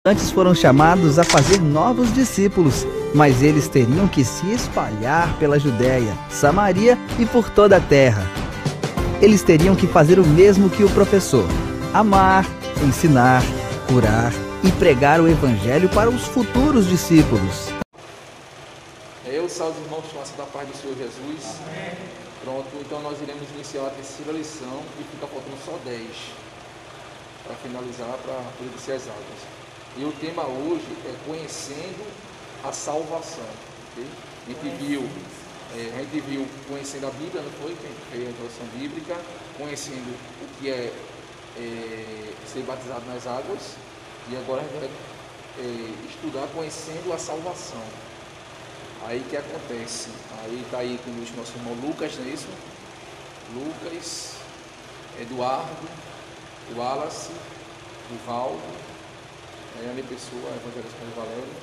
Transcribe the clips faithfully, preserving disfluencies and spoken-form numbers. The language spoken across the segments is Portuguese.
Antes foram chamados a fazer novos discípulos, mas eles teriam que se espalhar pela Judéia, Samaria e por toda a terra. Eles teriam que fazer o mesmo que o professor: amar, ensinar, curar e pregar o evangelho para os futuros discípulos. Eu salve os irmãos, faço da paz do Senhor Jesus. Amém. Pronto, então nós iremos iniciar a terceira lição e fica faltando só dez para finalizar, para poder descer as águas. E o tema hoje é conhecendo a salvação. Okay? A gente viu, é, a gente viu conhecendo a Bíblia, não foi? Que a introdução bíblica, conhecendo o que é, é ser batizado nas águas, e agora a gente vai é, estudar conhecendo a salvação. Aí que acontece? Aí está aí com o nosso irmão Lucas, não é isso? Lucas, Eduardo, Wallace, Rivaldo, Ana Pessoa, Evangelista Valério,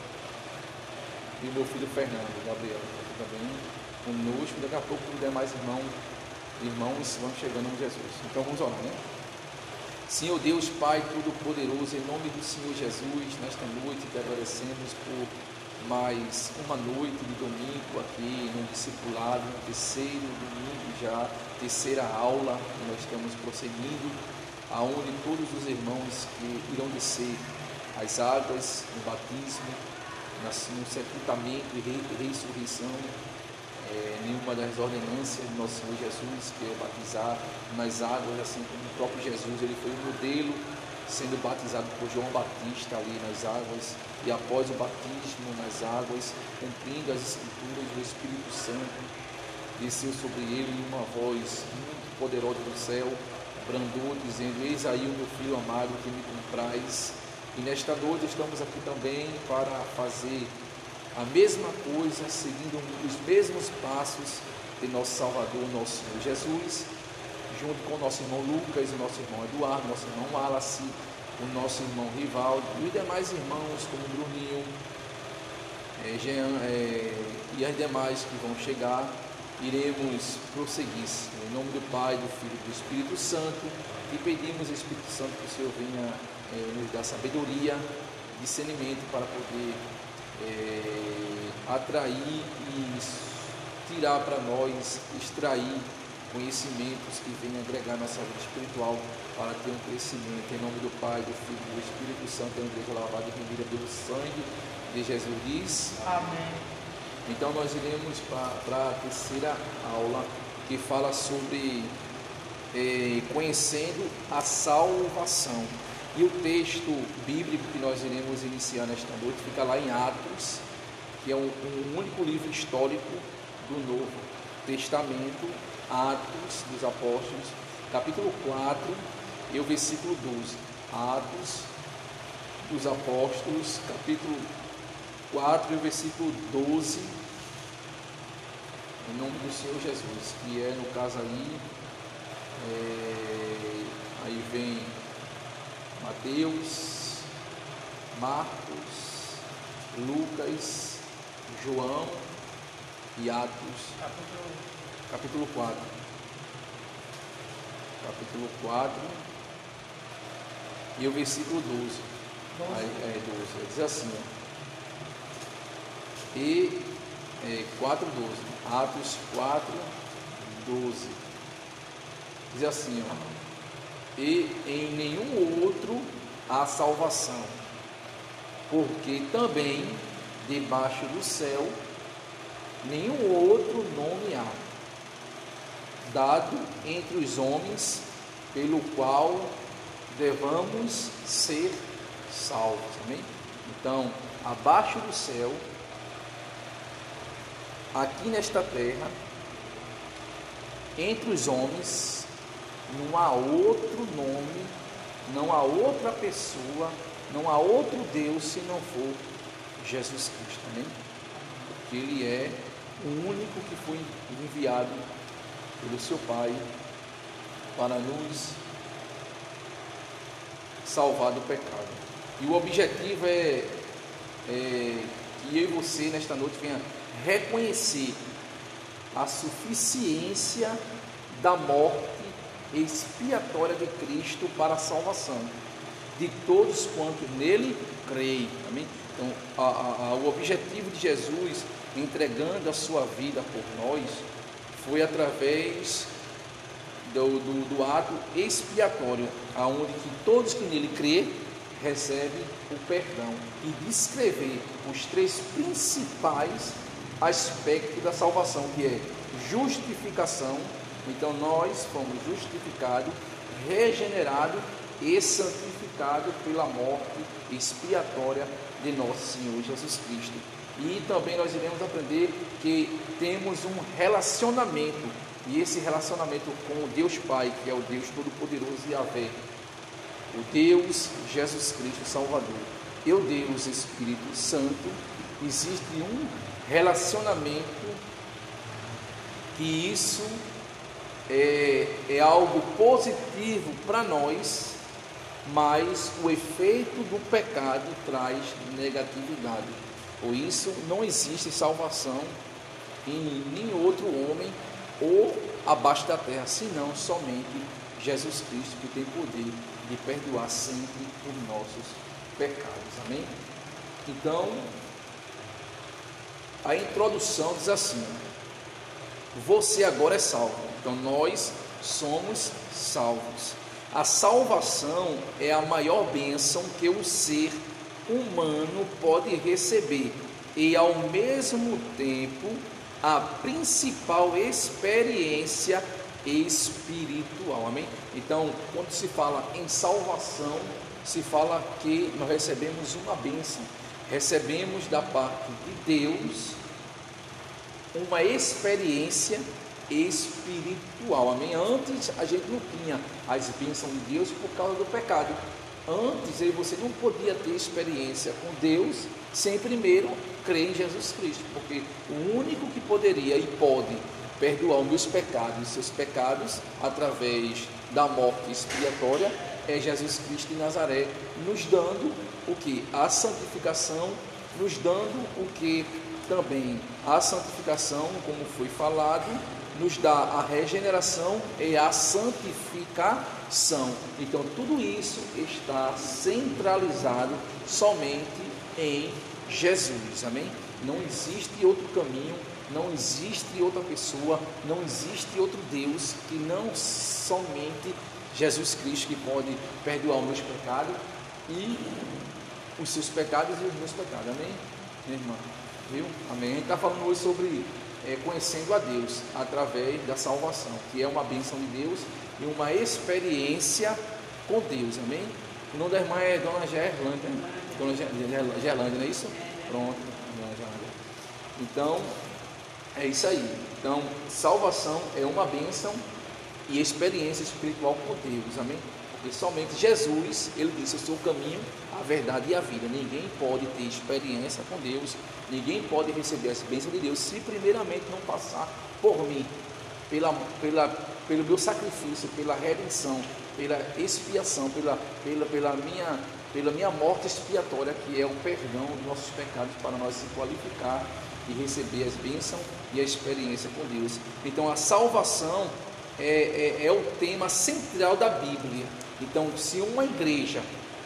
e o meu filho Fernando, Gabriel, aqui também conosco. Daqui a pouco os demais irmãos, irmãos vão chegando em Jesus. Então vamos orar, né? Senhor Deus, Pai Todo-Poderoso, em nome do Senhor Jesus, nesta noite te agradecemos por mais uma noite de domingo aqui no discipulado, no terceiro domingo já, terceira aula que nós estamos prosseguindo, aonde todos os irmãos que irão descer as águas no batismo, no sepultamento e ressurreição, é, nenhuma das ordenâncias do nosso Senhor Jesus, que é batizar nas águas, assim como o próprio Jesus, ele foi um modelo, sendo batizado por João Batista ali nas águas, e após o batismo nas águas, cumprindo as escrituras do Espírito Santo, desceu sobre ele uma voz muito poderosa do céu, brandou, dizendo: eis aí o meu filho amado que me compraz. E nesta noite estamos aqui também para fazer a mesma coisa, seguindo os mesmos passos de nosso Salvador, nosso Senhor Jesus, junto com o nosso irmão Lucas, o nosso irmão Eduardo, nosso irmão Wallace, o nosso irmão Rivaldo e os demais irmãos como Bruninho, é, Jean, é, e as demais que vão chegar. Iremos prosseguir em nome do Pai, do Filho e do Espírito Santo, e pedimos ao Espírito Santo que o Senhor venha é, nos dar sabedoria, discernimento para poder é, atrair e tirar para nós, extrair conhecimentos que venham agregar nossa vida espiritual para ter um crescimento. Em nome do Pai, do Filho e do Espírito Santo, em igreja lavada e remida pelo sangue de Jesus diz. Amém. Então nós iremos para a terceira aula, que fala sobre é, conhecendo a salvação. E o texto bíblico que nós iremos iniciar nesta noite fica lá em Atos, que é um, um único livro histórico do Novo Testamento, Atos dos Apóstolos, capítulo quatro e o versículo doze. Atos dos Apóstolos, capítulo quatro e o versículo doze, em nome do Senhor Jesus, que é, no caso aí, é, aí vem Mateus, Marcos, Lucas, João e Atos, capítulo quatro, capítulo quatro e o versículo doze, aí, é, doze, diz assim, ó. E é, quatro, doze, Atos quatro, doze, diz assim, ó: e em nenhum outro há salvação, porque também debaixo do céu nenhum outro nome há, dado entre os homens, pelo qual devamos ser salvos. Amém? Então, abaixo do céu, aqui nesta terra, entre os homens, não há outro nome, não há outra pessoa, não há outro Deus se não for Jesus Cristo. Amém? Porque Ele é o único que foi enviado pelo seu Pai para nos salvar do pecado. E o objetivo é, é que eu e você nesta noite venha reconhecer a suficiência da morte expiatória de Cristo para a salvação de todos quantos nele creem. Amém? Então, a, a, a, o objetivo de Jesus, entregando a sua vida por nós, foi através do, do, do ato expiatório, aonde que todos que nele crê recebem o perdão, e descrever os três principais aspectos da salvação, que é justificação. Então nós fomos justificados, regenerados e santificados pela morte expiatória de nosso Senhor Jesus Cristo. E também nós iremos aprender que temos um relacionamento, e esse relacionamento com o Deus Pai, que é o Deus Todo-Poderoso Yahvé, o Deus Jesus Cristo Salvador, e o Deus Espírito Santo. Existe um relacionamento que isso é, é algo positivo para nós, mas o efeito do pecado traz negatividade. Por isso não existe salvação em nenhum outro homem ou abaixo da terra, senão somente Jesus Cristo, que tem poder de perdoar sempre os nossos pecados. Amém? Então, a introdução diz assim: você agora é salvo. Então nós somos salvos. A salvação é a maior bênção que o ser humano pode receber, e ao mesmo tempo a principal experiência espiritual. Amém? Então, quando se fala em salvação, se fala que nós recebemos uma bênção, recebemos da parte de Deus uma experiência espiritual. Amém? Antes a gente não tinha as bênçãos de Deus por causa do pecado. Antes aí você não podia ter experiência com Deus sem primeiro crer em Jesus Cristo, porque o único que poderia e pode perdoar os meus pecados, os seus pecados, através da morte expiatória, é Jesus Cristo de Nazaré, nos dando o que? A santificação, nos dando o que também? A santificação, como foi falado, nos dá a regeneração e a santificação. Então tudo isso está centralizado somente em Jesus. Amém? Não existe outro caminho, não existe outra pessoa, não existe outro Deus que não somente Jesus Cristo, que pode perdoar os meus pecados e os seus pecados e os meus pecados. Amém, minha irmã? Viu? Amém? A gente está falando hoje sobre é, conhecendo a Deus através da salvação, que é uma bênção de Deus e uma experiência com Deus. Amém? O nome da irmã é Dona Gerlândia. Dona Gerlândia, não é isso? Pronto, Dona Gerlândia. Então, é isso aí. Então, salvação é uma bênção e experiência espiritual com Deus. Amém? Porque somente Jesus, ele disse: eu sou o caminho, a verdade e a vida. Ninguém pode ter experiência com Deus, ninguém pode receber as bênçãos de Deus se primeiramente não passar por mim, pela, pela, pelo meu sacrifício, pela redenção, pela expiação, pela, pela, pela, minha, pela minha morte expiatória, que é o perdão dos nossos pecados, para nós se qualificar e receber as bênçãos e a experiência com Deus. Então a salvação é, é, é o tema central da Bíblia. Então, se uma igreja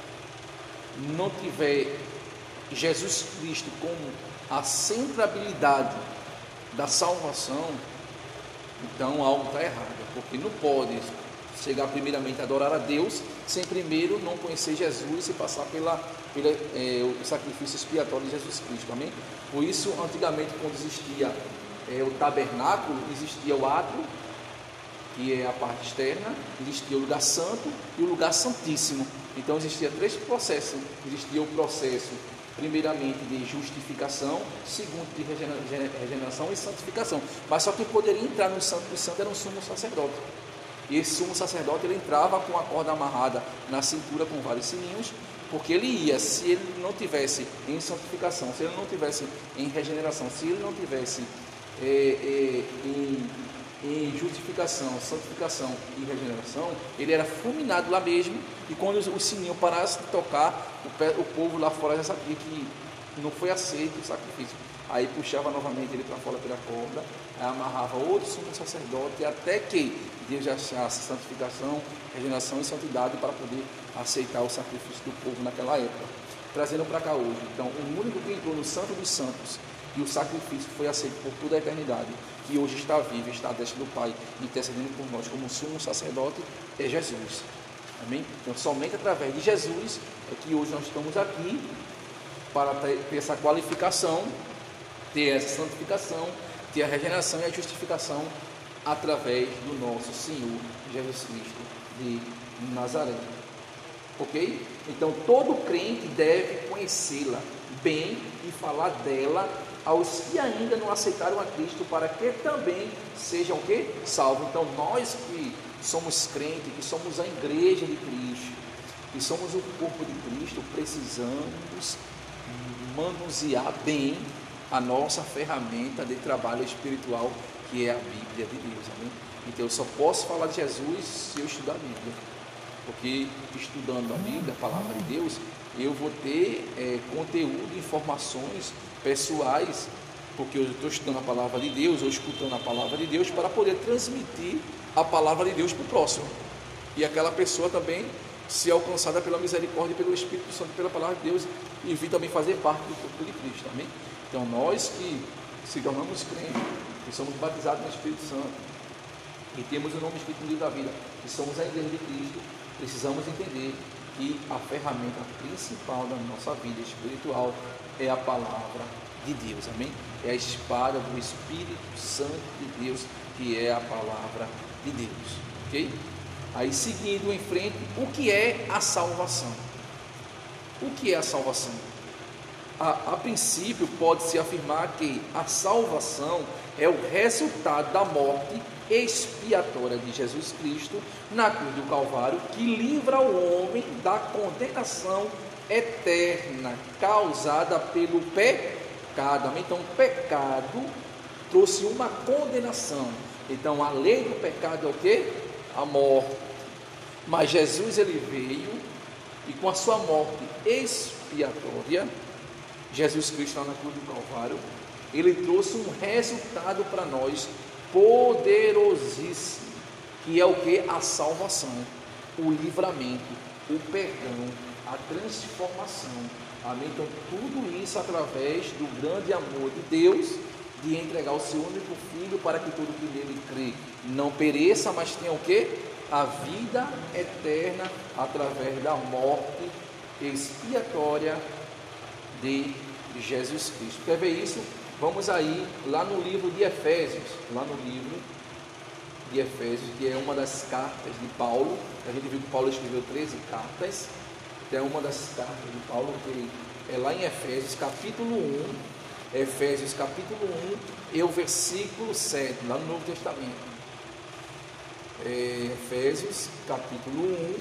não tiver Jesus Cristo como a centralidade da salvação, então algo está errado, porque não pode chegar primeiramente a adorar a Deus sem primeiro não conhecer Jesus e passar pela, pela é, o sacrifício expiatório de Jesus Cristo. Amém? Por isso, antigamente, quando existia é, o tabernáculo, existia o átrio, que é a parte externa, existia o lugar santo e o lugar santíssimo. Então existia três processos. Existia o processo primeiramente de justificação, segundo de regeneração e santificação. Mas só quem poderia entrar no santo dos santos era um sumo sacerdote. E esse sumo sacerdote, ele entrava com a corda amarrada na cintura com vários sininhos, porque ele ia, se ele não tivesse em santificação, se ele não tivesse em regeneração, se ele não tivesse é, é, em em justificação, santificação e regeneração, ele era fulminado lá mesmo, e quando o sininho parasse de tocar, o, pé, o povo lá fora já sabia que não foi aceito o sacrifício. Aí puxava novamente ele para fora pela corda, aí amarrava outro sumo sacerdote, até que Deus achasse santificação, regeneração e santidade para poder aceitar o sacrifício do povo naquela época. trazendo para cá hoje. Então, o único que entrou no Santo dos Santos e o sacrifício foi aceito por toda a eternidade, e hoje está vivo, está à destra do Pai, intercedendo por nós como sumo sacerdote, é Jesus. Amém? Então, somente através de Jesus é que hoje nós estamos aqui para ter, ter essa qualificação, ter essa santificação, ter a regeneração e a justificação através do nosso Senhor Jesus Cristo de Nazaré. Ok? Então, todo crente deve conhecê-la bem e falar dela aos que ainda não aceitaram a Cristo, para que também sejam o quê? Salvos. Então, nós que somos crentes, que somos a igreja de Cristo, que somos o corpo de Cristo, precisamos manusear bem a nossa ferramenta de trabalho espiritual, que é a Bíblia de Deus. Amém? Então, eu só posso falar de Jesus se eu estudar a Bíblia, porque estudando a Bíblia, a palavra de Deus, eu vou ter é, conteúdo, informações pessoais, porque eu estou estudando a palavra de Deus, ou escutando a palavra de Deus, para poder transmitir a palavra de Deus para o próximo, e aquela pessoa também ser alcançada pela misericórdia, pelo Espírito Santo, pela palavra de Deus, e vir também fazer parte do corpo de Cristo. Amém? Então, nós que se tornamos crentes, que somos batizados no Espírito Santo, e temos o nome escrito no livro da vida, que somos a igreja de Cristo, precisamos entender que a ferramenta principal da nossa vida espiritual é a palavra de Deus. Amém? É a espada do Espírito Santo de Deus, que é a palavra de Deus. Ok? Aí, seguindo em frente, o que é a salvação? O que é a salvação? A, a princípio, pode-se afirmar que a salvação é o resultado da morte expiatória de Jesus Cristo na cruz do Calvário, que livra o homem da condenação eterna causada pelo pecado. Então, o pecado trouxe uma condenação. Então, a lei do pecado é o quê? A morte. Mas Jesus, ele veio, e com a sua morte expiatória, Jesus Cristo lá na cruz do Calvário, ele trouxe um resultado para nós poderosíssimo, que é o que? A salvação, o livramento, o perdão, a transformação. Amém? Então, tudo isso através do grande amor de Deus, de entregar o seu único Filho, para que todo que nele crê não pereça, mas tenha o que? A vida eterna, através da morte expiatória de Jesus Cristo. Quer ver isso? Vamos aí lá no livro de Efésios, lá no livro de Efésios, que é uma das cartas de Paulo. A gente viu que Paulo escreveu treze cartas, é uma das cartas de Paulo, que é lá em Efésios, capítulo um, Efésios capítulo um, e o versículo sete, lá no Novo Testamento. É, Efésios capítulo um,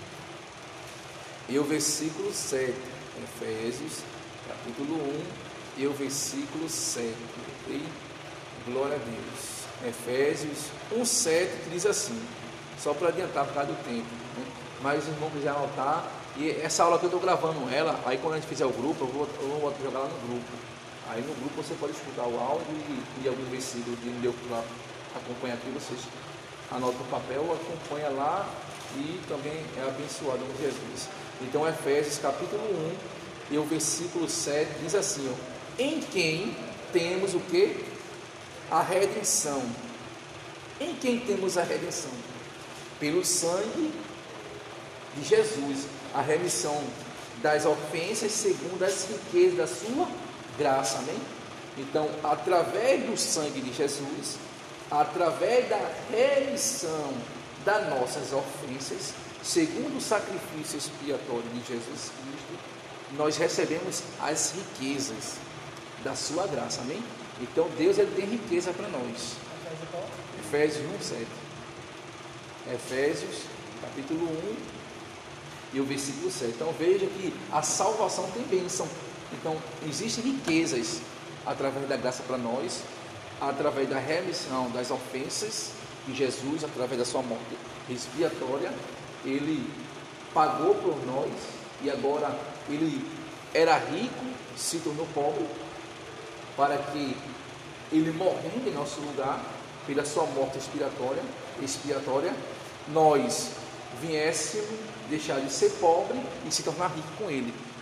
e o versículo sete. Efésios capítulo um, e o versículo sete, ok? Glória a Deus. Efésios um, sete, que diz assim, só para adiantar por causa do tempo, né? Mas os irmãos quiserem anotar, e essa aula que eu estou gravando ela, aí quando a gente fizer o grupo, eu vou, eu vou jogar lá no grupo. Aí no grupo você pode escutar o áudio e, e alguns versículos que não deu para acompanhar aqui, vocês anotam no papel, acompanha lá e também é abençoado por Jesus. Então, Efésios capítulo um, e o versículo sete diz assim, ó, em quem temos o que? A redenção. Em quem temos a redenção? Pelo sangue de Jesus, a remissão das ofensas segundo as riquezas da sua graça. Amém? Então, através do sangue de Jesus, através da remissão das nossas ofensas, segundo o sacrifício expiatório de Jesus Cristo, nós recebemos as riquezas da sua graça. Amém? Então, Deus, ele tem riqueza para nós. Efésios um, sete. Efésios capítulo um e o versículo sete. Então, veja que a salvação tem bênção. Então, existem riquezas através da graça para nós, através da remissão das ofensas de Jesus, através da sua morte expiatória. Ele pagou por nós e agora ele era rico, se tornou pobre, para que ele, morrendo em nosso lugar, pela sua morte expiatória, expiatória, nós viéssemos deixar de ser pobre e se tornar rico com ele.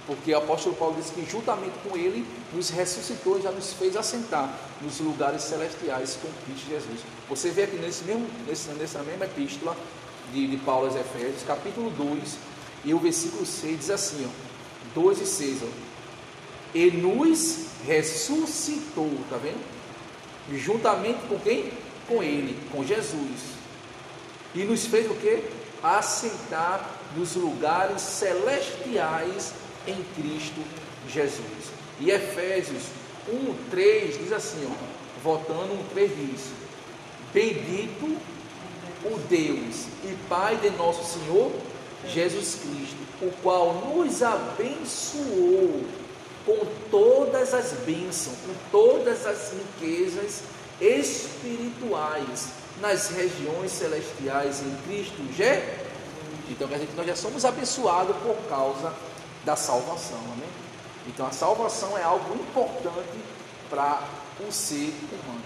Porque o apóstolo Paulo diz que juntamente com ele nos ressuscitou e já nos fez assentar nos lugares celestiais com Cristo Jesus. Você vê aqui nesse mesmo, nesse, nessa mesma epístola de, de Paulo aos Efésios, capítulo dois, e o versículo seis diz assim, ó, dois e seis, ó, e nos ressuscitou, tá vendo? E juntamente com quem? Com ele, com Jesus. E nos fez o quê? Assentar nos lugares celestiais em Cristo Jesus. E Efésios um, três diz assim, ó, voltando, um, três diz, bendito o Deus e Pai de nosso Senhor Jesus Cristo, o qual nos abençoou com todas as bênçãos, com todas as riquezas espirituais nas regiões celestiais em Cristo Jesus. Então quer dizer que nós já somos abençoados por causa da salvação, amém? Então a salvação é algo importante para o ser humano.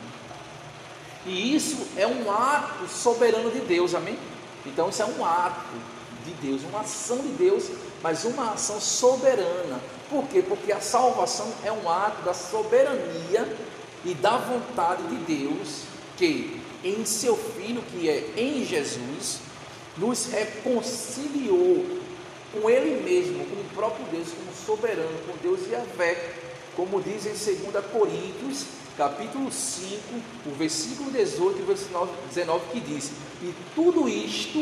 E isso é um ato soberano de Deus, amém? Então isso é um ato de Deus, uma ação de Deus, mas uma ação soberana. Por quê? Porque a salvação é um ato da soberania e da vontade de Deus, que em seu Filho, que é em Jesus, nos reconciliou com Ele mesmo, com o próprio Deus, como soberano, com Deus Yahvé, como diz em dois Coríntios, capítulo cinco, o versículo dezoito e o versículo dezenove, que diz, e tudo isto,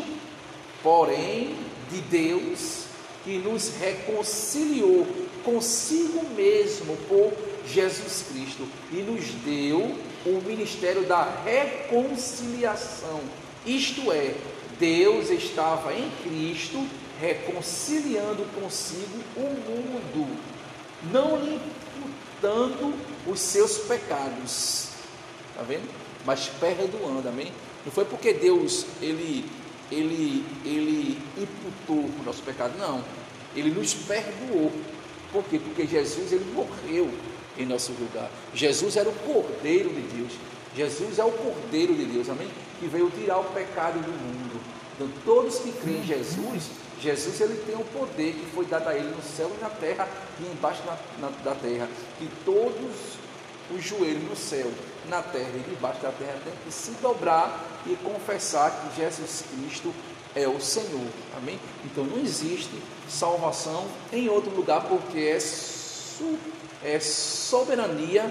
porém, de Deus, que nos reconciliou consigo mesmo por Jesus Cristo, e nos deu o ministério da reconciliação, isto é, Deus estava em Cristo, reconciliando consigo o mundo, não lhe imputando os seus pecados, está vendo? Mas perdoando, amém? Não foi porque Deus, ele, ele, ele imputou o nosso pecado, não, ele nos perdoou. Por quê? Porque Jesus, ele morreu em nosso lugar. Jesus era o Cordeiro de Deus, Jesus é o Cordeiro de Deus, amém? Que veio tirar o pecado do mundo. Então todos que creem em Jesus, Jesus ele tem o poder que foi dado a ele no céu e na terra e embaixo na, na, da terra, que todos os joelhos no céu, na terra e debaixo da terra tem que se dobrar e confessar que Jesus Cristo é o Senhor, amém? Então não existe salvação em outro lugar, porque é, su, é soberania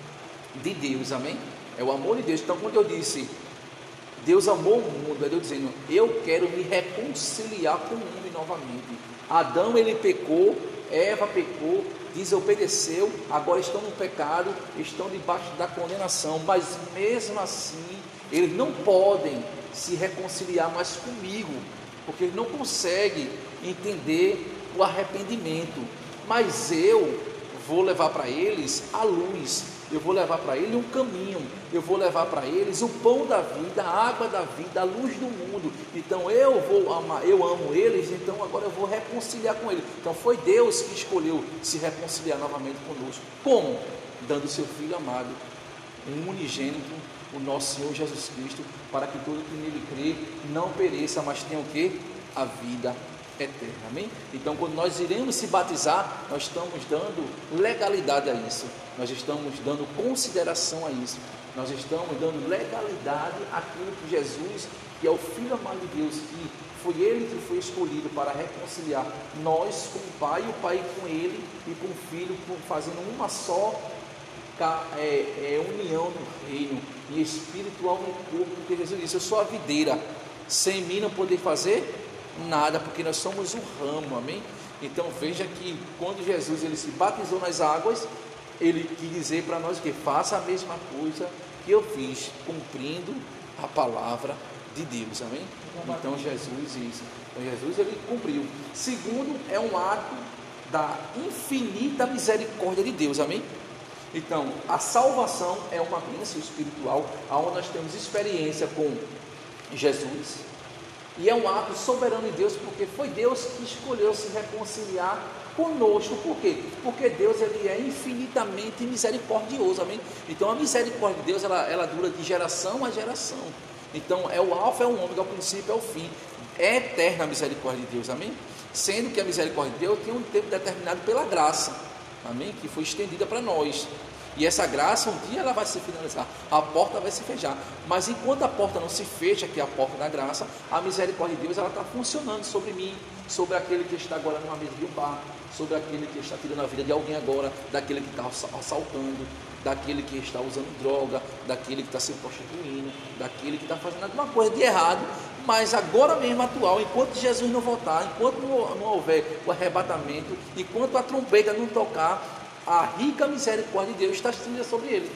de Deus, amém? É o amor de Deus. Então quando eu disse Deus amou o mundo, é Deus dizendo, eu quero me reconciliar com o mundo novamente. Adão ele pecou, Eva pecou, desobedeceu, agora estão no pecado, estão debaixo da condenação, mas mesmo assim eles não podem se reconciliar mais comigo, porque eles não conseguem entender o arrependimento, mas eu vou levar para eles a luz, eu vou levar para eles um caminho, eu vou levar para eles o pão da vida, a água da vida, a luz do mundo. Então eu vou amar, eu amo eles, então agora eu vou reconciliar com eles. Então foi Deus que escolheu se reconciliar novamente conosco. Como? Dando seu Filho amado, um unigênito, o nosso Senhor Jesus Cristo, para que todo que nele crê não pereça, mas tenha o quê? A vida eterna, amém? Então quando nós iremos se batizar, nós estamos dando legalidade a isso, nós estamos dando consideração a isso, nós estamos dando legalidade àquilo que Jesus, que é o Filho amado de Deus, que foi Ele que foi escolhido para reconciliar nós com o Pai, e o Pai com Ele e com o Filho, fazendo uma só é, é, união no reino, e espiritual no corpo, porque Jesus disse, eu sou a videira, sem mim não poder fazer nada, porque nós somos o ramo, amém? Então veja que quando Jesus ele se batizou nas águas, ele quis dizer para nós que faça a mesma coisa que eu fiz, cumprindo a palavra de Deus, amém? Então Jesus isso, então Jesus ele cumpriu. Segundo, é um ato da infinita misericórdia de Deus, amém? Então a salvação é uma bênção espiritual, aonde nós temos experiência com Jesus. E é um ato soberano de Deus, porque foi Deus que escolheu se reconciliar conosco. Por quê? Porque Deus ele é infinitamente misericordioso, amém? Então a misericórdia de Deus ela, ela dura de geração a geração. Então é o alfa, é o ômega, é o princípio, é o fim. É eterna a misericórdia de Deus, amém? sendo que a misericórdia de Deus tinha um tempo determinado pela graça, amém? Que foi estendida para nós. E essa graça, um dia ela vai se finalizar, a porta vai se fechar. Mas enquanto a porta não se fecha, que é a porta da graça, a misericórdia de Deus ela está funcionando sobre mim, sobre aquele que está agora numa mesa de um bar, sobre aquele que está tirando a vida de alguém agora, daquele que está assaltando, daquele que está usando droga, daquele que está se prostituindo, daquele que está fazendo alguma coisa de errado. Mas agora mesmo atual, enquanto Jesus não voltar, enquanto não, não houver o arrebatamento, enquanto a trombeta não tocar, a rica misericórdia de Deus está estendida sobre ele.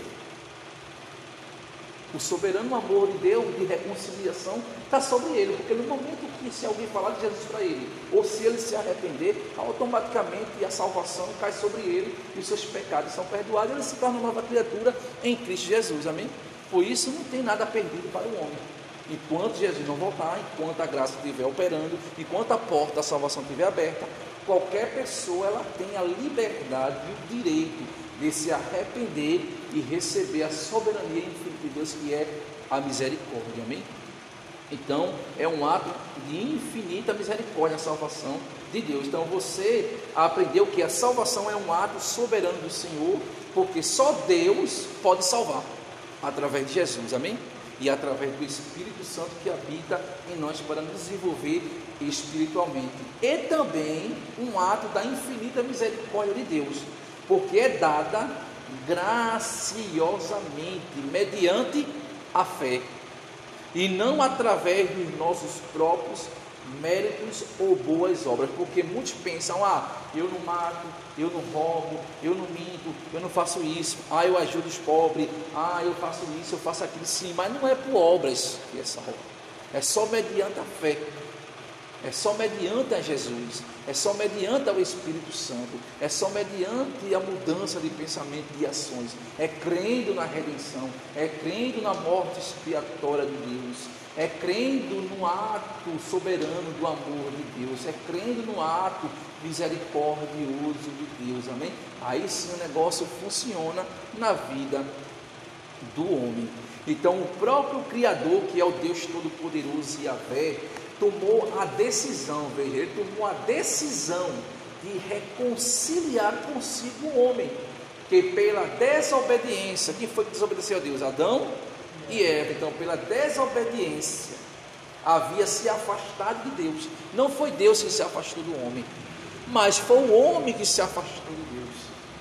O soberano amor de Deus, de reconciliação, está sobre ele, porque no momento que se alguém falar de Jesus para ele, ou se ele se arrepender, automaticamente a salvação cai sobre ele, e os seus pecados são perdoados, e ele se torna uma nova criatura em Cristo Jesus, amém? Por isso não tem nada perdido para o homem. Enquanto Jesus não voltar, enquanto a graça estiver operando, enquanto a porta da salvação estiver aberta, qualquer pessoa ela tem a liberdade e o direito de se arrepender e receber a soberania infinita de Deus, que é a misericórdia, amém? Então é um ato de infinita misericórdia a salvação de Deus. Então você aprendeu que a salvação é um ato soberano do Senhor, porque só Deus pode salvar, através de Jesus, amém? E através do Espírito Santo que habita em nós para nos desenvolver espiritualmente. E também um ato da infinita misericórdia de Deus, porque é dada graciosamente, mediante a fé, e não através dos nossos próprios méritos ou boas obras, porque muitos pensam, ah, eu não mato, eu não roubo, eu não minto, eu não faço isso, ah, eu ajudo os pobres, ah, eu faço isso, eu faço aquilo, sim, mas não é por obras que é salvo, é só mediante a fé, é só mediante a Jesus, é só mediante ao Espírito Santo, é só mediante a mudança de pensamento e de ações, é crendo na redenção, é crendo na morte expiatória de Deus, é crendo no ato soberano do amor de Deus, é crendo no ato misericordioso de Deus, amém? Aí sim o negócio funciona na vida do homem. Então o próprio Criador, que é o Deus Todo-Poderoso, Yahvé, tomou a decisão, veja, ele tomou a decisão de reconciliar consigo o homem, que pela desobediência, quem foi que desobedeceu a Deus? Adão e Eva. Então pela desobediência havia se afastado de Deus. Não foi Deus que se afastou do homem, mas foi o homem que se afastou de Deus.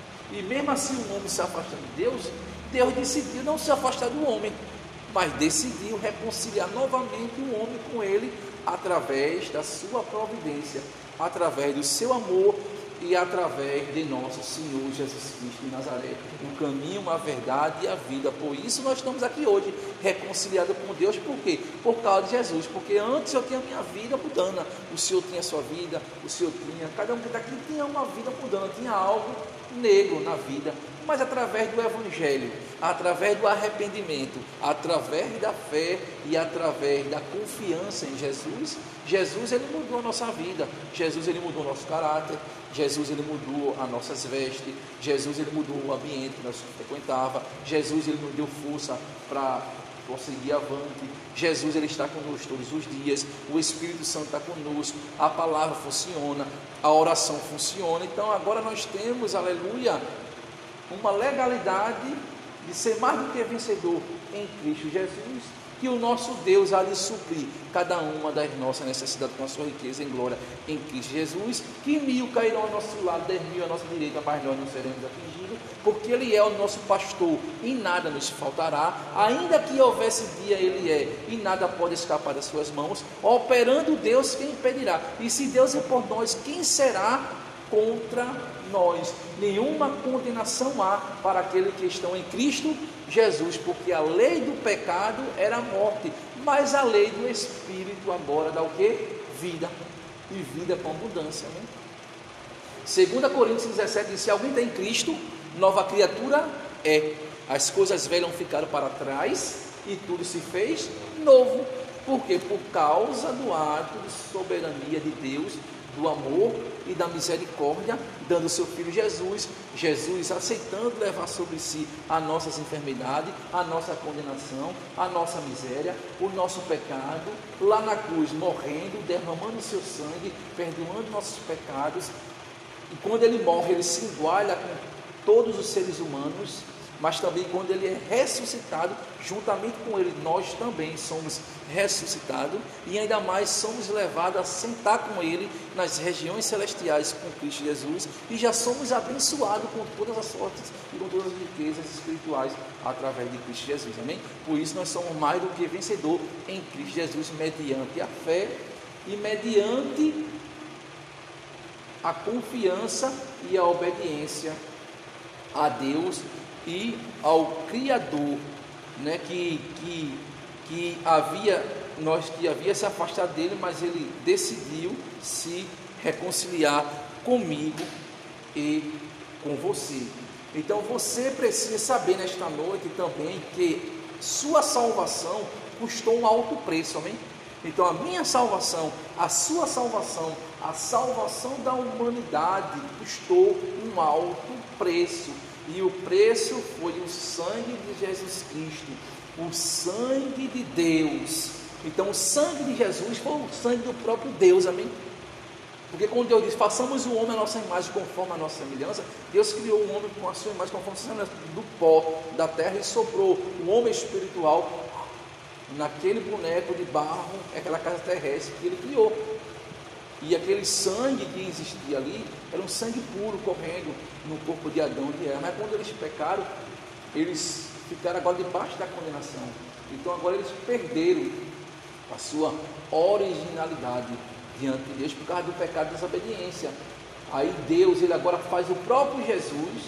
E mesmo assim o homem se afastando de Deus, Deus decidiu não se afastar do homem, mas decidiu reconciliar novamente o homem com ele, através da sua providência, através do seu amor e através de nosso Senhor Jesus Cristo de Nazaré, o caminho, a verdade e a vida. Por isso nós estamos aqui hoje, reconciliados com Deus. Por quê? Por causa de Jesus, porque antes eu tinha a minha vida mudando, o Senhor tinha a sua vida, o Senhor tinha, cada um que está aqui tinha uma vida mudando, tinha algo negro na vida, mas através do Evangelho, através do arrependimento, através da fé e através da confiança em Jesus, Jesus ele mudou a nossa vida, Jesus ele mudou o nosso caráter, Jesus ele mudou as nossas vestes, Jesus ele mudou o ambiente que nós frequentava, Jesus ele nos deu força para prosseguir avante, Jesus ele está conosco todos os dias, o Espírito Santo está conosco, a palavra funciona, a oração funciona. Então agora nós temos, aleluia, uma legalidade de ser mais do que vencedor em Cristo Jesus, que o nosso Deus há de suprir cada uma das nossas necessidades com a sua riqueza em glória em Cristo Jesus, que mil cairão ao nosso lado, dez mil à nossa direita, mas nós não seremos atingidos, porque Ele é o nosso pastor e nada nos faltará, ainda que houvesse dia Ele é, e nada pode escapar das suas mãos, operando Deus quem impedirá, e se Deus é por nós, quem será contra nós? Nenhuma condenação há para aqueles que estão em Cristo Jesus, porque a lei do pecado era a morte, mas a lei do Espírito agora dá o que? Vida, e vida com abundância, né? Segunda Coríntios dezessete diz: se alguém está em Cristo, nova criatura é, as coisas velhas ficaram para trás e tudo se fez novo. Por quê? Por causa do ato de soberania de Deus, do amor e da misericórdia, dando o seu Filho Jesus, Jesus aceitando levar sobre si as nossas enfermidades, a nossa condenação, a nossa miséria, o nosso pecado, lá na cruz morrendo, derramando o seu sangue, perdoando nossos pecados, e quando ele morre, ele se iguala com todos os seres humanos, mas também quando ele é ressuscitado, juntamente com ele, nós também somos ressuscitados, e ainda mais somos levados a sentar com ele nas regiões celestiais com Cristo Jesus, e já somos abençoados com todas as sortes e com todas as riquezas espirituais através de Cristo Jesus, amém? Por isso nós somos mais do que vencedor em Cristo Jesus, mediante a fé e mediante a confiança e a obediência a Deus e ao Criador, né, que, que, que havia, nós que havia se afastado dele, mas ele decidiu se reconciliar comigo e com você. Então você precisa saber nesta noite também que sua salvação custou um alto preço, amém? Então a minha salvação, a sua salvação, a salvação da humanidade custou um alto preço. E o preço foi o sangue de Jesus Cristo, o sangue de Deus. Então o sangue de Jesus foi o sangue do próprio Deus, amém? Porque quando Deus diz, façamos o homem a nossa imagem conforme a nossa semelhança, Deus criou o homem com a sua imagem conforme a sua semelhança, do pó, da terra, e soprou o homem espiritual naquele boneco de barro, aquela casa terrestre que ele criou. E aquele sangue que existia ali era um sangue puro correndo no corpo de Adão e de Eva. Mas quando eles pecaram, eles ficaram agora debaixo da condenação. Então agora eles perderam a sua originalidade diante de Deus por causa do pecado de desobediência. Aí Deus, ele agora faz o próprio Jesus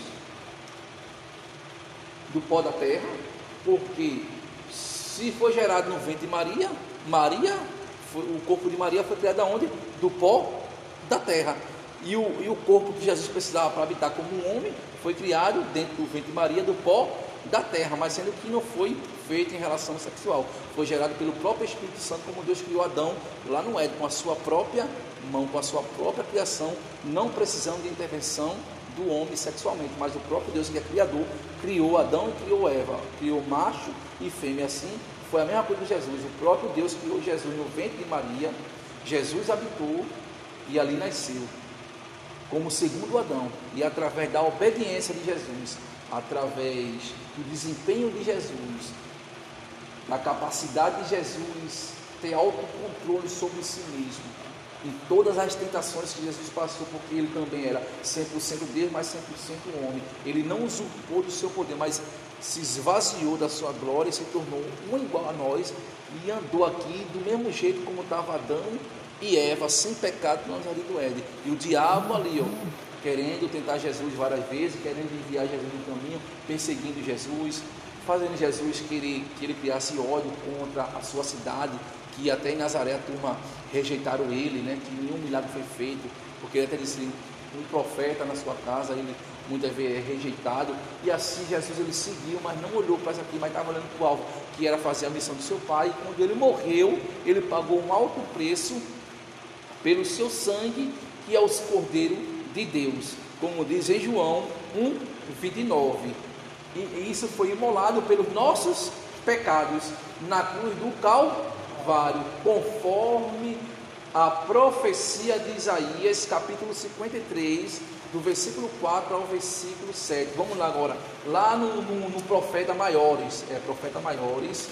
do pó da terra, porque se foi gerado no ventre de Maria, Maria, o corpo de Maria foi criado aonde? Do pó da terra. E o, e o corpo que Jesus precisava para habitar como um homem foi criado dentro do ventre de Maria do pó da terra, mas sendo que não foi feito em relação sexual. Foi gerado pelo próprio Espírito Santo, como Deus criou Adão lá no Éden, com a sua própria mão, com a sua própria criação, não precisando de intervenção do homem sexualmente, mas o próprio Deus, que é criador, criou Adão e criou Eva, criou macho e fêmea. Assim foi a mesma coisa de Jesus. O próprio Deus criou Jesus no ventre de Maria, Jesus habitou e ali nasceu como segundo Adão, e através da obediência de Jesus, através do desempenho de Jesus, da capacidade de Jesus ter autocontrole sobre si mesmo, em todas as tentações que Jesus passou, porque ele também era cem por cento Deus, mas cem por cento homem. Ele não usurpou do seu poder, mas se esvaziou da sua glória e se tornou um igual a nós, e andou aqui do mesmo jeito como estava Adão e Eva, sem pecado, no jardim do Éden. E o diabo ali, ó, querendo tentar Jesus várias vezes, querendo enviar Jesus no caminho, perseguindo Jesus, fazendo Jesus que ele, que ele criasse ódio contra a sua cidade, que até em Nazaré a turma rejeitaram ele, né, que nenhum milagre foi feito, porque ele até disse, um profeta na sua casa, ele muitas vezes é rejeitado, e assim Jesus ele seguiu, mas não olhou para isso aqui, mas estava olhando para o alvo, que era fazer a missão do seu pai. E quando ele morreu, ele pagou um alto preço pelo seu sangue, que é o Cordeiro de Deus, como diz em João um, vinte e nove, e isso foi imolado pelos nossos pecados na cruz do Calvário, conforme a profecia de Isaías, capítulo cinquenta e três, do versículo quatro ao versículo sete. Vamos lá agora, lá no, no, no profeta Maiores, é profeta Maiores,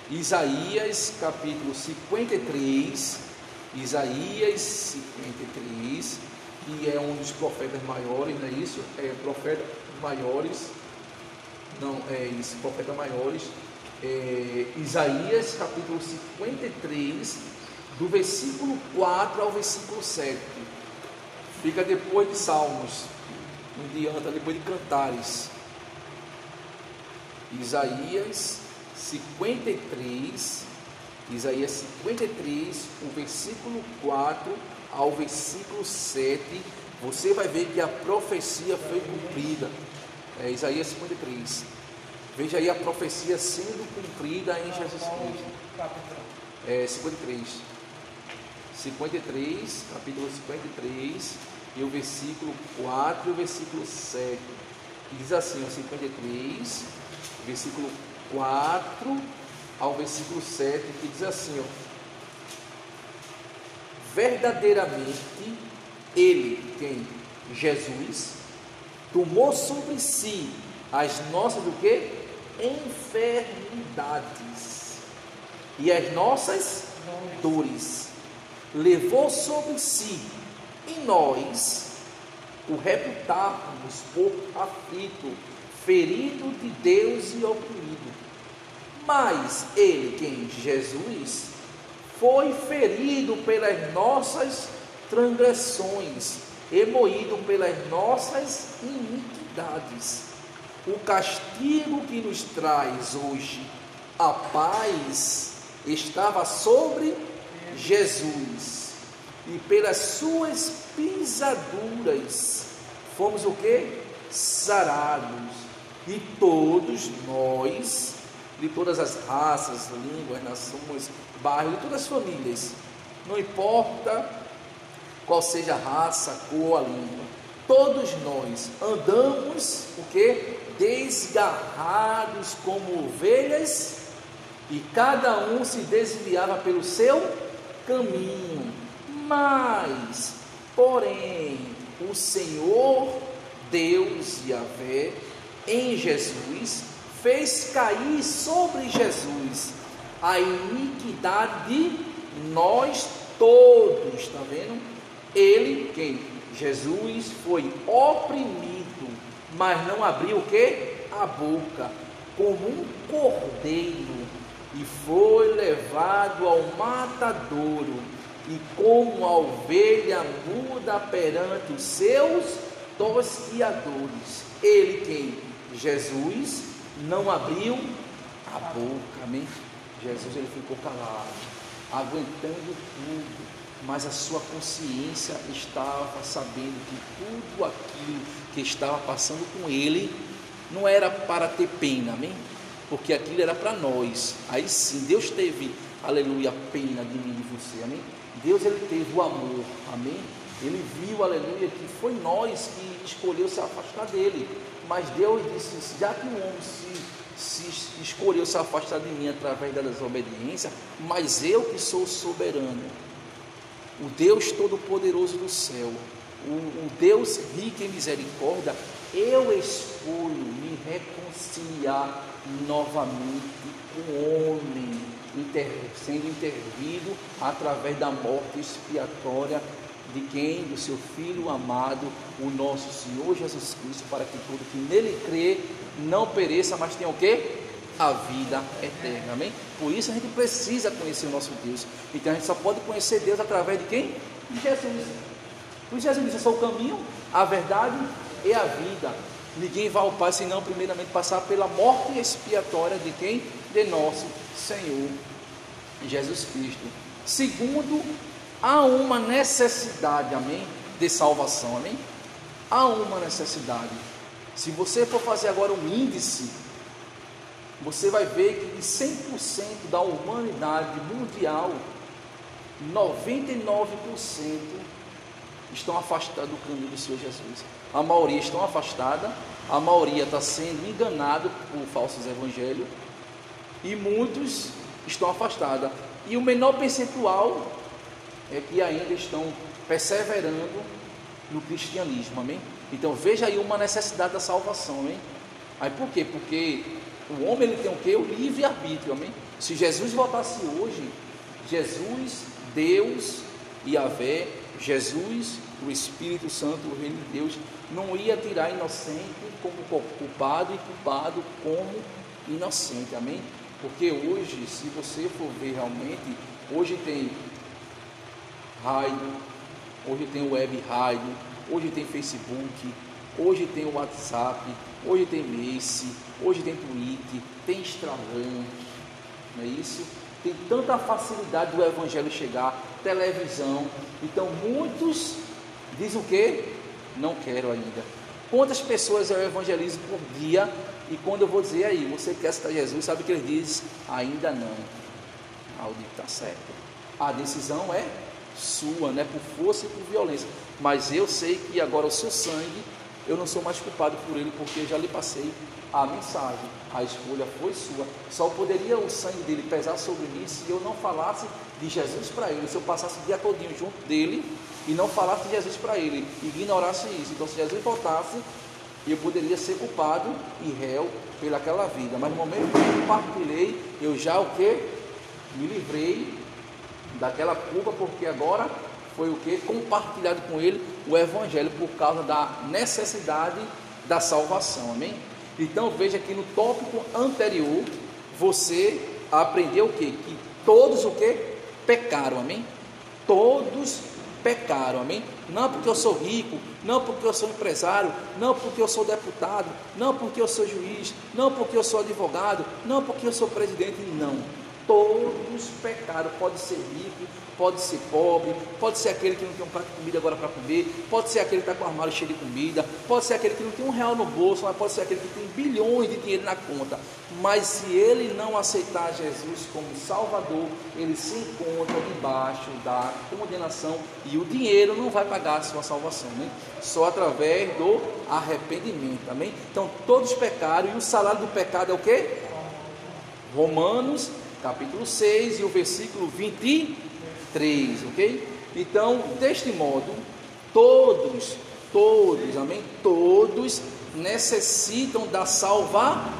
Isaías, capítulo cinquenta e três, Isaías cinquenta e três, que é um dos profetas maiores, não é isso? É profeta Maiores, não, é isso, profeta Maiores, é, Isaías, capítulo cinquenta e três, do versículo quatro ao versículo sete, fica depois de Salmos, não adianta, depois de Cantares. Isaías cinquenta e três, Isaías cinquenta e três, o versículo quatro ao versículo sete, você vai ver que a profecia foi cumprida. É Isaías cinquenta e três, veja aí a profecia sendo cumprida em Jesus Cristo. É cinquenta e três, cinquenta e três, capítulo cinquenta e três, e o versículo quatro e o versículo sete. Que diz assim, ó, cinquenta e três, versículo quatro ao versículo sete, que diz assim, ó: verdadeiramente ele, quem? Jesus, tomou sobre si as nossas o quê? Enfermidades e as nossas dores, levou sobre si, e nós o reputávamos por aflito, ferido de Deus e oprimido. Mas ele, quem? Jesus, foi ferido pelas nossas transgressões e moído pelas nossas iniquidades. O castigo que nos traz hoje a paz estava sobre Jesus, e pelas suas pisaduras fomos o que? Sarados. E todos nós, de todas as raças, línguas, nações, bairros, de todas as famílias, não importa qual seja a raça, cor, a língua, todos nós andamos o que? Desgarrados como ovelhas, e cada um se desviava pelo seu caminho. Mas, porém, o Senhor Deus Yahvé, em Jesus, fez cair sobre Jesus a iniquidade de nós todos. Está vendo? Ele, quem? Jesus, foi oprimido, mas não abriu o que? A boca, como um cordeiro, e foi levado ao matadouro, e como a ovelha muda perante os seus tosquiadores, ele, quem? Jesus, não abriu a boca. Amém? Jesus, ele ficou calado, aguentando tudo, mas a sua consciência estava sabendo que tudo aquilo que estava passando com ele não era para ter pena, amém? Porque aquilo era para nós. Aí sim, Deus teve, aleluia, pena de mim e de você, amém? Deus, ele teve o amor, amém? Ele viu, aleluia, que foi nós que escolheu se afastar dele. Mas Deus disse, já que o homem se, se escolheu se afastar de mim através da desobediência, mas eu que sou soberano, o Deus Todo-Poderoso do céu, o, o Deus rico em misericórdia, eu escolho me reconciliar novamente com o homem, inter, sendo intervido através da morte expiatória de quem? Do seu Filho amado, o nosso Senhor Jesus Cristo, para que todo que nele crê não pereça, mas tenha o quê? A vida eterna, amém? Por isso a gente precisa conhecer o nosso Deus. Então a gente só pode conhecer Deus através de quem? De Jesus. Por isso Jesus disse, eu sou o caminho, a verdade e a vida. Ninguém vai ao Pai senão primeiramente passar pela morte expiatória de quem? De nosso Senhor Jesus Cristo. Segundo, há uma necessidade, amém? De salvação, amém? Há uma necessidade. Se você for fazer agora um índice, você vai ver que de cem por cento da humanidade mundial, noventa e nove por cento estão afastados do caminho do Senhor Jesus. A maioria estão afastada, a maioria está sendo enganado por falsos evangelhos, e muitos estão afastados. E o menor percentual é que ainda estão perseverando no cristianismo, amém? Então veja aí uma necessidade da salvação, amém? Aí por quê? Porque o homem, ele tem o quê? O livre-arbítrio, amém? Se Jesus voltasse hoje, Jesus, Deus, Yahvé, Jesus, o Espírito Santo, o Reino de Deus, não ia tirar inocente como culpado e culpado como inocente, amém? Porque hoje, se você for ver realmente, hoje tem rádio, hoje tem web rádio, hoje tem Facebook, hoje tem o WhatsApp, hoje tem Face, hoje tem Twitter, tem Instagram, não é isso? Tem tanta facilidade do evangelho chegar, televisão. Então muitos dizem o quê? Não quero ainda. Quantas pessoas eu evangelizo por dia? E quando eu vou dizer aí, você quer aceitar Jesus, sabe o que eles dizem? Ainda não. Ah, o dito está certo. A decisão é sua, né, por força e por violência, mas eu sei que agora o seu sangue, eu não sou mais culpado por ele, porque eu já lhe passei a mensagem, a escolha foi sua. Só poderia o sangue dele pesar sobre mim se eu não falasse de Jesus para ele, se eu passasse o dia todinho junto dele e não falasse de Jesus para ele, ignorasse isso. Então, se Jesus voltasse, eu poderia ser culpado e réu pelaquela vida, mas no momento que eu compartilhei, eu já o que? Me livrei daquela culpa, porque agora foi o que? Compartilhado com ele o Evangelho, por causa da necessidade da salvação, amém? Então veja que no tópico anterior, você aprendeu o que? Que todos o que? Pecaram, amém? Todos pecaram, amém? Não porque eu sou rico, não porque eu sou empresário, não porque eu sou deputado, não porque eu sou juiz, não porque eu sou advogado, não porque eu sou presidente, não. Todos pecaram, pode ser rico, pode ser pobre, pode ser aquele que não tem um prato de comida agora para comer, pode ser aquele que está com o armário cheio de comida, pode ser aquele que não tem um real no bolso, mas pode ser aquele que tem bilhões de dinheiro na conta. Mas se ele não aceitar Jesus como Salvador, ele se encontra debaixo da condenação, e o dinheiro não vai pagar a sua salvação, né? Só através do arrependimento, amém? Então todos pecaram, e o salário do pecado é o quê? Romanos capítulo seis e o versículo vinte e três, ok? Então, deste modo, todos, todos, amém? Todos necessitam da salvação,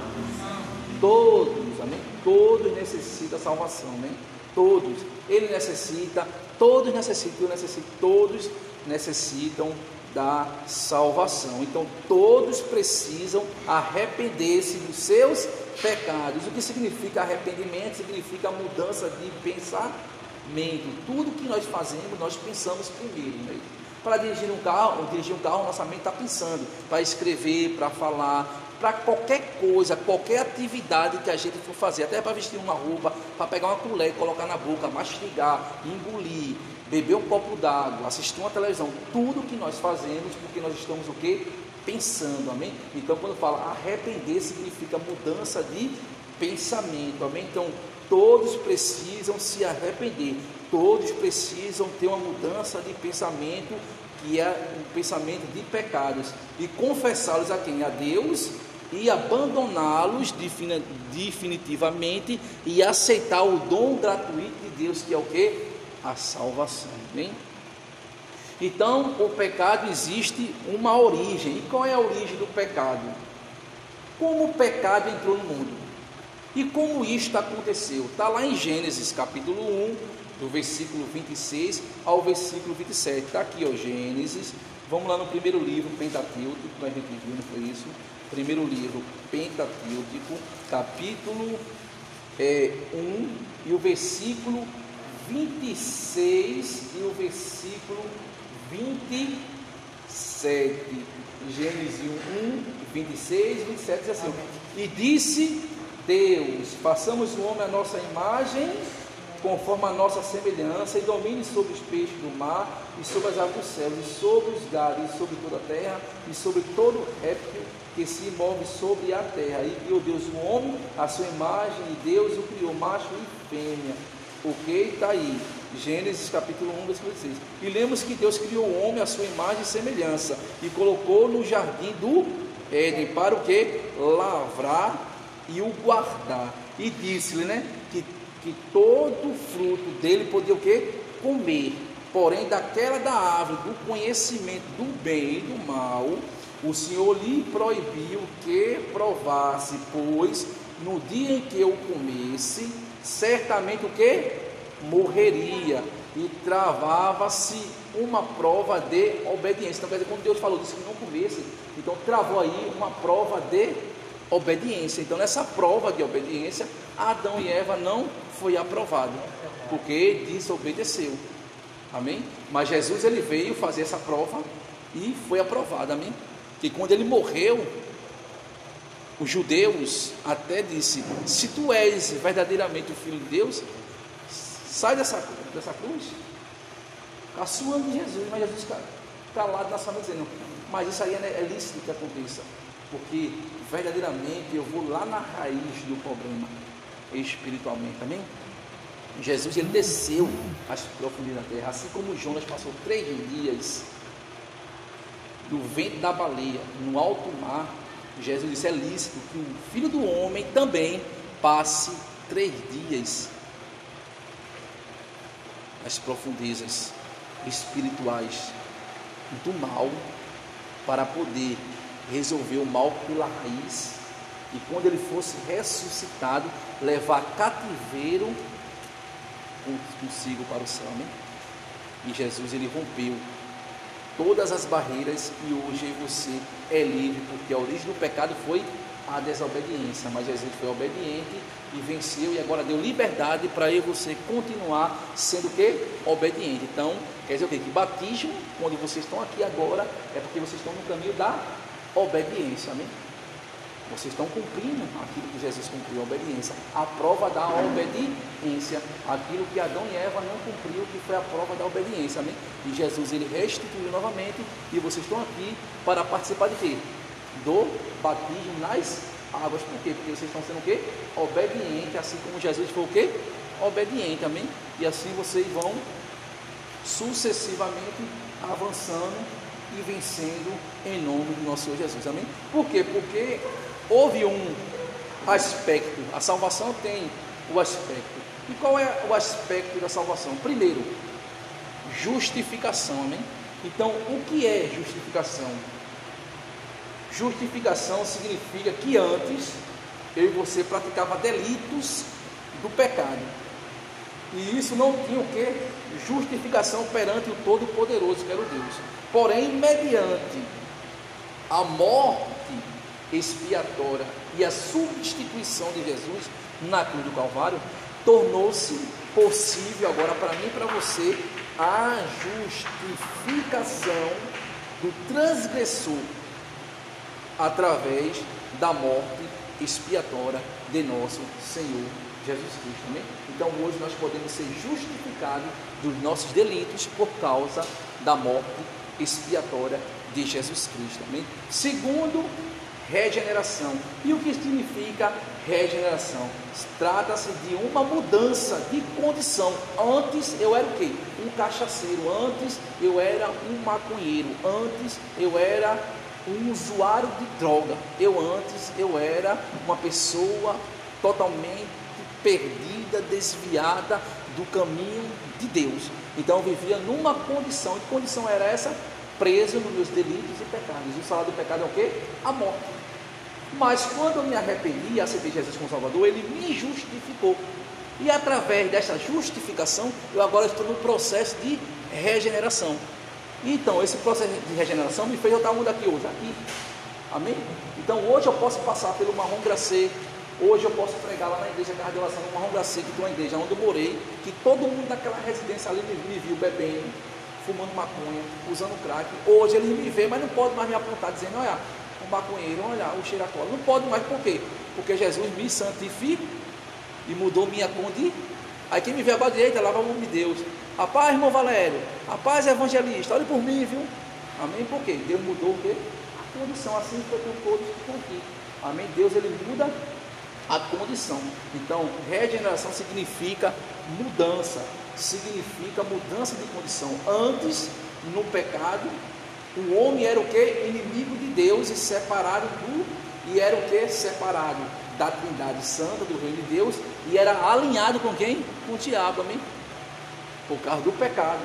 todos, amém? Todos necessitam da salvação, amém? Todos, ele necessita, todos necessitam, eu necessito, todos necessitam da salvação. Então todos precisam arrepender-se dos seus pecados. O que significa arrependimento? Significa mudança de pensamento. Tudo que nós fazemos, nós pensamos primeiro, né? Para dirigir um carro, dirigir um carro, nossa mente está pensando, para escrever, para falar, para qualquer coisa, qualquer atividade que a gente for fazer, até para vestir uma roupa, para pegar uma colher, colocar na boca, mastigar, engolir, beber um copo d'água, assistir uma televisão, tudo que nós fazemos, porque nós estamos o quê? Pensando, amém? Então quando fala arrepender, significa mudança de pensamento, amém? Então todos precisam se arrepender, todos precisam ter uma mudança de pensamento, que é um pensamento de pecados, e confessá-los a quem? A Deus, e abandoná-los definitivamente, e aceitar o dom gratuito de Deus, que é o que? A salvação, bem? Então o pecado existe uma origem. E qual é a origem do pecado? Como o pecado entrou no mundo e como isto aconteceu? Está lá em Gênesis capítulo um, do versículo vinte e seis ao versículo vinte e sete. Está aqui, ó, Gênesis. Vamos lá no primeiro livro Pentateuco, que a gente viu, não foi isso? Primeiro livro Pentateuco, capítulo é, um, e o versículo vinte e seis e o versículo vinte e sete. Gênesis um, vinte e seis e vinte e sete diz assim: e disse Deus: façamos o homem à nossa imagem, conforme a nossa semelhança, e domine sobre os peixes do mar, e sobre as aves dos céus, e sobre os gados, e sobre toda a terra, e sobre todo réptil que se move sobre a terra. E criou Deus o homem à sua imagem, e Deus o criou macho e fêmea. Ok? Está aí, Gênesis capítulo um, versículo seis. E lemos que Deus criou o homem à sua imagem e semelhança, e colocou no jardim do Éden, para o que? Lavrar e o guardar. E disse-lhe, né, que, que todo fruto dele podia o que? Comer. Porém, daquela da árvore do conhecimento do bem e do mal, o Senhor lhe proibiu que provasse, pois no dia em que eu comesse, certamente o que? Morreria. E travava-se uma prova de obediência. Então quer dizer, quando Deus falou disso que não comesse, então travou aí uma prova de obediência. Então nessa prova de obediência, Adão e Eva não foi aprovado, porque desobedeceu. Amém? Mas Jesus, ele veio fazer essa prova e foi aprovado. Amém? Que quando ele morreu, os judeus até disse: se tu és verdadeiramente o Filho de Deus, sai dessa, dessa cruz, caçoando de Jesus. Mas Jesus está calado na sua mente, dizendo: mas isso aí é lícito que aconteça, porque verdadeiramente eu vou lá na raiz do problema, espiritualmente. Amém? Jesus ele desceu às profundezas da terra, assim como Jonas passou três dias no ventre da baleia, no alto mar. Jesus disse: é lícito que o Filho do Homem também passe três dias nas profundezas espirituais do mal, para poder resolver o mal pela raiz, e quando ele fosse ressuscitado, levar cativeiro consigo para o céu. Amém? E Jesus ele rompeu todas as barreiras, e hoje você é livre, porque a origem do pecado foi a desobediência, mas Jesus foi obediente e venceu, e agora deu liberdade para eu e você continuar sendo o quê? Obediente. Então, quer dizer o quê? Que batismo, onde vocês estão aqui agora, é porque vocês estão no caminho da obediência. Amém? Vocês estão cumprindo aquilo que Jesus cumpriu, a obediência, a prova da obediência, aquilo que Adão e Eva não cumpriu, que foi a prova da obediência. Amém? E Jesus ele restituiu novamente, e vocês estão aqui para participar de quê? Do batismo nas águas. Por quê? Porque vocês estão sendo o quê? Obediente, assim como Jesus foi o quê? Obediente. Amém? E assim vocês vão sucessivamente avançando e vencendo em nome do nosso Senhor Jesus. Amém? Por quê? Porque houve um aspecto, a salvação tem o aspecto. E qual é o aspecto da salvação? Primeiro, justificação. Amém? Então, o que é justificação? Justificação significa que antes eu e você praticava delitos do pecado, e isso não tinha o que? Justificação perante o Todo-Poderoso, que era o Deus. Porém, mediante a morte expiatória e a substituição de Jesus na cruz do Calvário, tornou-se possível agora para mim e para você a justificação do transgressor através da morte expiatória de nosso Senhor Jesus Cristo. Amém? Então hoje nós podemos ser justificados dos nossos delitos por causa da morte expiatória de Jesus Cristo. Amém? Segundo, regeneração. E o que significa regeneração? Trata-se de uma mudança de condição. Antes eu era o quê? Um cachaceiro. Antes eu era um maconheiro. Antes eu era um usuário de droga. Eu antes eu era uma pessoa totalmente perdida, desviada do caminho de Deus. Então eu vivia numa condição. E que condição era essa? Preso nos meus delitos e pecados. E o salário do pecado é o quê? A morte. Mas quando eu me arrependi e aceitei Jesus como Salvador, Ele me justificou. E através dessa justificação, eu agora estou no processo de regeneração. Então, esse processo de regeneração me fez eu estar onde aqui hoje? Aqui. Amém? Então, hoje eu posso passar pelo marrom glacê. Hoje eu posso pregar lá na igreja Casa de Oração, no marrom glacê, que tem uma igreja onde eu morei, que todo mundo daquela residência ali me, me viu bebendo, fumando maconha, usando crack. Hoje eles me vê, mas não pode mais me apontar dizendo: olha, o maconheiro, olha, o cheiracola. Não pode mais, por quê? Porque Jesus me santificou e mudou minha condição. Aí quem me vê agora direita, lava o nome de Deus. Rapaz, irmão Valério, rapaz, evangelista, olhe por mim, viu? Amém? Por quê? Deus mudou o quê? A condição, assim foi com todos que estão aqui. Amém? Deus, Ele muda a condição. Então, regeneração significa mudança, significa mudança de condição. Antes, no pecado, o homem era o quê? Inimigo de Deus e separado do, e era o quê? Separado da Trindade Santa, do Reino de Deus, e era alinhado com quem? Com o diabo, amém? Por causa do pecado.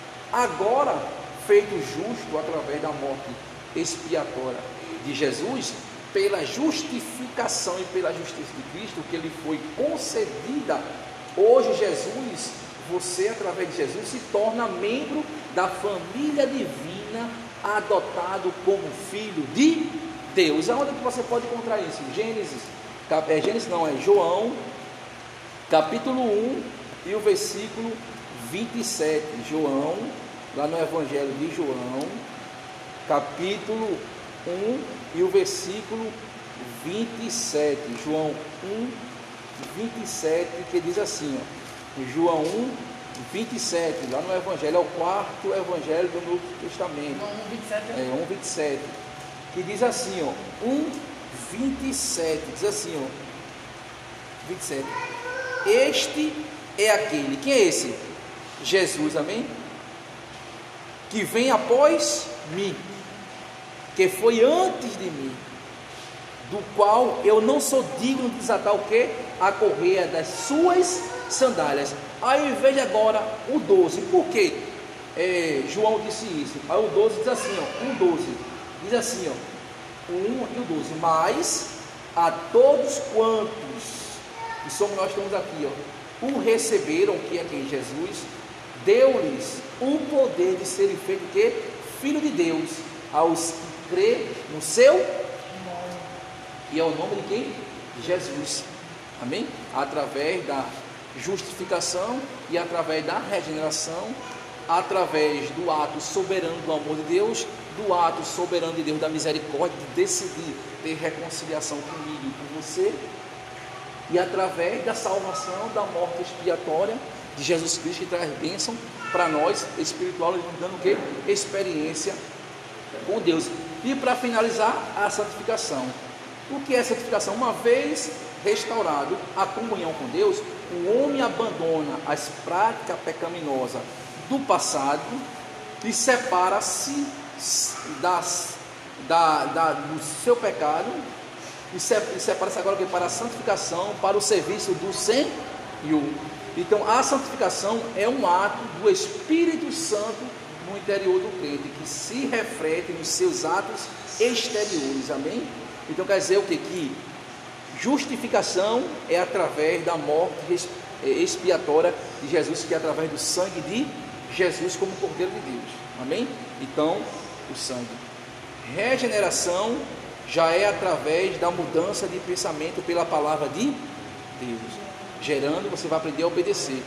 Agora, feito justo através da morte expiatória de Jesus, pela justificação e pela justiça de Cristo, que Ele foi concedida, hoje Jesus, você através de Jesus se torna membro da família divina, adotado como filho de Deus. Aonde que você pode encontrar isso? Gênesis, é, Gênesis não, é João, capítulo um e o versículo vinte e sete. João, lá no Evangelho de João, capítulo um e o versículo vinte e sete. João um, vinte e sete, que diz assim, ó, João um, vinte e sete, lá no Evangelho, é o quarto Evangelho do Novo Testamento. um, vinte e sete, é um, vinte e sete, que diz assim, ó, um, vinte e sete, diz assim, ó, vinte e sete, este é aquele, quem é esse? Jesus, amém? Que vem após mim, que foi antes de mim, do qual eu não sou digno de desatar o que? A correia das suas sandálias. Aí veja agora o doze, por quê? É, João disse isso, aí o doze diz assim, ó, um doze, diz assim, ó, o um e o doze, mas a todos quantos, e somos nós que estamos aqui, ó, o receberam, que é quem? Jesus, deu-lhes o poder de serem feitos o quê? Filho de Deus, aos que crê no seu nome. E é o nome de quem? De Jesus, amém? Através da justificação e através da regeneração, através do ato soberano do amor de Deus, do ato soberano de Deus da misericórdia, de decidir ter reconciliação comigo e com você, e através da salvação, da morte expiatória de Jesus Cristo, que traz bênção para nós, espiritual, nos dando o quê? Experiência com Deus. E para finalizar, a santificação. O que é santificação? Uma vez restaurado a comunhão com Deus, o homem abandona as práticas pecaminosas do passado e separa-se das, da, da, do seu pecado e separa-se agora para a santificação, para o serviço do Senhor. Então a santificação é um ato do Espírito Santo no interior do crente, que se reflete nos seus atos exteriores, amém? Então quer dizer o que? Que justificação é através da morte expiatória de Jesus, que é através do sangue de Jesus como Cordeiro de Deus, amém? Então, o sangue. Regeneração já é através da mudança de pensamento pela palavra de Deus, gerando, você vai aprender a obedecer.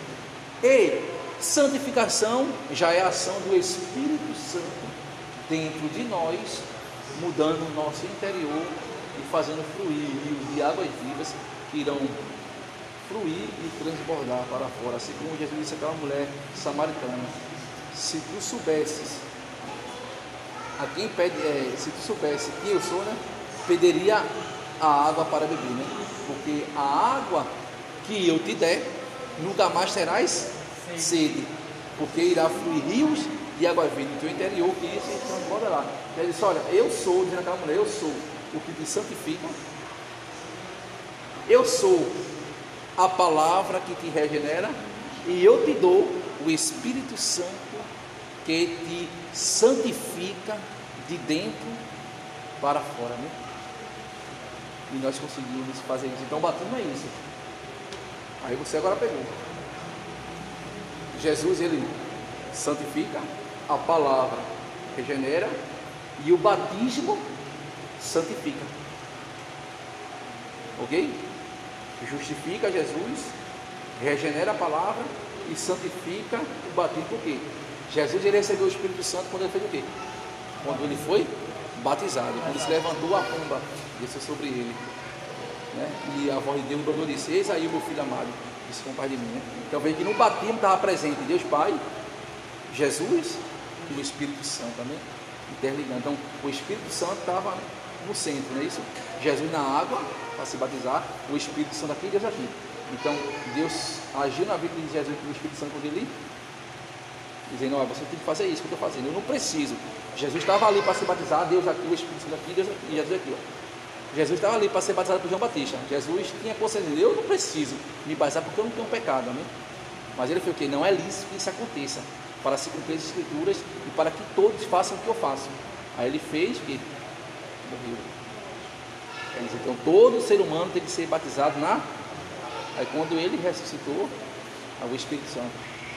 E santificação já é a ação do Espírito Santo dentro de nós, mudando o nosso interior e fazendo fluir rios de águas vivas que irão fluir e transbordar para fora, assim como Jesus disse àquela mulher samaritana: se tu soubesses a quem pede, é, se tu soubesse quem eu sou, né, pediria a água para beber, né? Porque a água que eu te der, nunca mais terás sede, porque irá fluir rios de água viva no teu interior, que isso transborda lá. Ele disse: olha, eu sou, dizendo aquela mulher, eu sou o que te santifica, eu sou a palavra que te regenera, e eu te dou o Espírito Santo que te santifica de dentro para fora, né? E nós conseguimos fazer isso. Então, batismo é isso. Aí você agora pegou. Jesus, ele santifica, a palavra regenera, e o batismo santifica. Ok? Justifica Jesus, regenera a palavra e santifica o batismo. Por quê? Jesus, ele recebeu o Espírito Santo quando ele fez o quê? Quando ele foi batizado, quando ele se levantou, a pomba desceu sobre ele, né? E a voz de Deus bradou e disse: eis aí o meu filho amado, disse: compare de mim, né? Então veja que no batismo estava presente Deus Pai, Jesus e o Espírito Santo também interligando. Então o Espírito Santo estava no centro, não é isso? Jesus na água para se batizar, o Espírito Santo aqui e Deus aqui. Então Deus agiu na vida de Jesus com o Espírito Santo, quando ele dizendo: olha, você tem que fazer isso que eu estou fazendo, eu não preciso. Jesus estava ali para se batizar, Deus aqui, o Espírito Santo aqui, Deus aqui, e Jesus aqui, ó. Jesus estava ali para ser batizado por João Batista. Jesus tinha consciência: eu não preciso me batizar porque eu não tenho pecado, amém? Mas ele foi o que? Não é lícito que isso aconteça, para se cumprir as Escrituras e para que todos façam o que eu faço. Aí ele fez o que? Morreu. Então todo ser humano tem que ser batizado na... Aí quando ele ressuscitou, o Espírito Santo,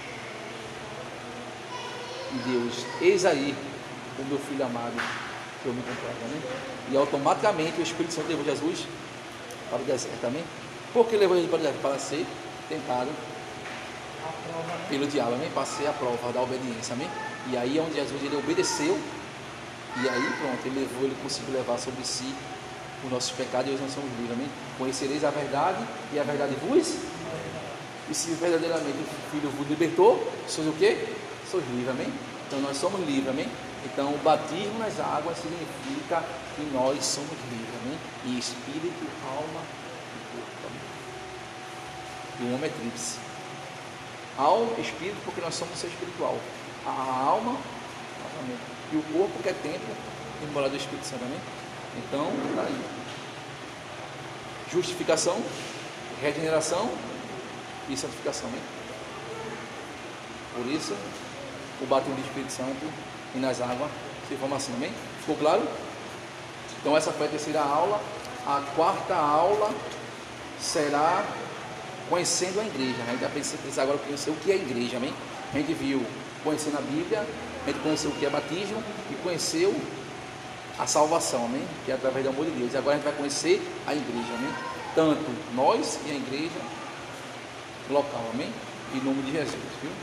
e Deus: eis aí o meu filho amado, que eu me comprato, né? E automaticamente o Espírito Santo levou Jesus para o deserto, amém? Por que levou Jesus para o deserto? Para ser tentado pelo diabo, amém? Para ser a prova da obediência, amém? E aí é onde Jesus, ele obedeceu, e aí pronto, ele levou, ele conseguiu levar sobre si os nossos pecados, e hoje nós somos livres, amém? Conhecereis a verdade, e a verdade vos, e se verdadeiramente o Filho vos libertou, sois o quê? Sois livres, amém? Então nós somos livres, amém? Então o batismo nas águas significa que nós somos livres, amém? E espírito, alma e corpo, amém? E o homem é tríplice. Alma, espírito, porque nós somos ser espiritual. A alma e o corpo que é templo e morada do Espírito Santo, amém? Então, tá aí. Justificação, regeneração e santificação, amém? Por isso, o batismo do Espírito Santo e nas águas se forma assim, amém? Ficou claro? Então essa foi a terceira aula. A quarta aula será conhecendo a igreja. A gente vai precisar agora conhecer o que é a igreja, amém? A gente viu conhecendo a Bíblia, a gente conheceu o que é batismo e conheceu a salvação, amém? Que é através do amor de Deus. E agora a gente vai conhecer a igreja, amém? Tanto nós e a igreja local, amém? Em nome de Jesus, viu?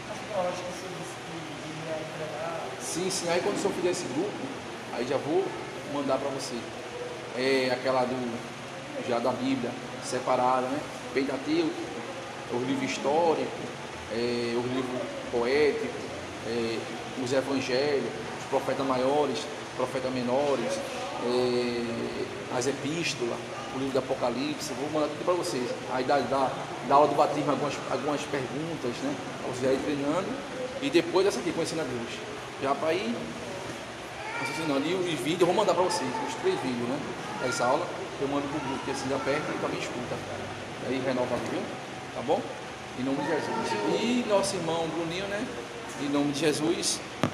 Sim, sim. Aí quando o senhor fizer esse grupo, aí já vou mandar para você. É aquela do já da Bíblia separada, né? Pentateuco, os livros históricos, é, os livros poéticos, é, os evangelhos, os profetas maiores, profetas menores, é, as epístolas, o livro do Apocalipse. Vou mandar tudo para vocês. Aí da, da, da aula do batismo, algumas, algumas perguntas, né? Para vocês aí treinando. E depois dessa aqui, conhecendo a Deus. Já para ir raciocinando. E os vídeos eu vou mandar para vocês, os três vídeos, né? Essa aula eu mando para o grupo, que assim aperta e também escuta. Aí renova, viu? Tá bom? Em nome de Jesus. E nosso irmão Bruninho, né? Em nome de Jesus.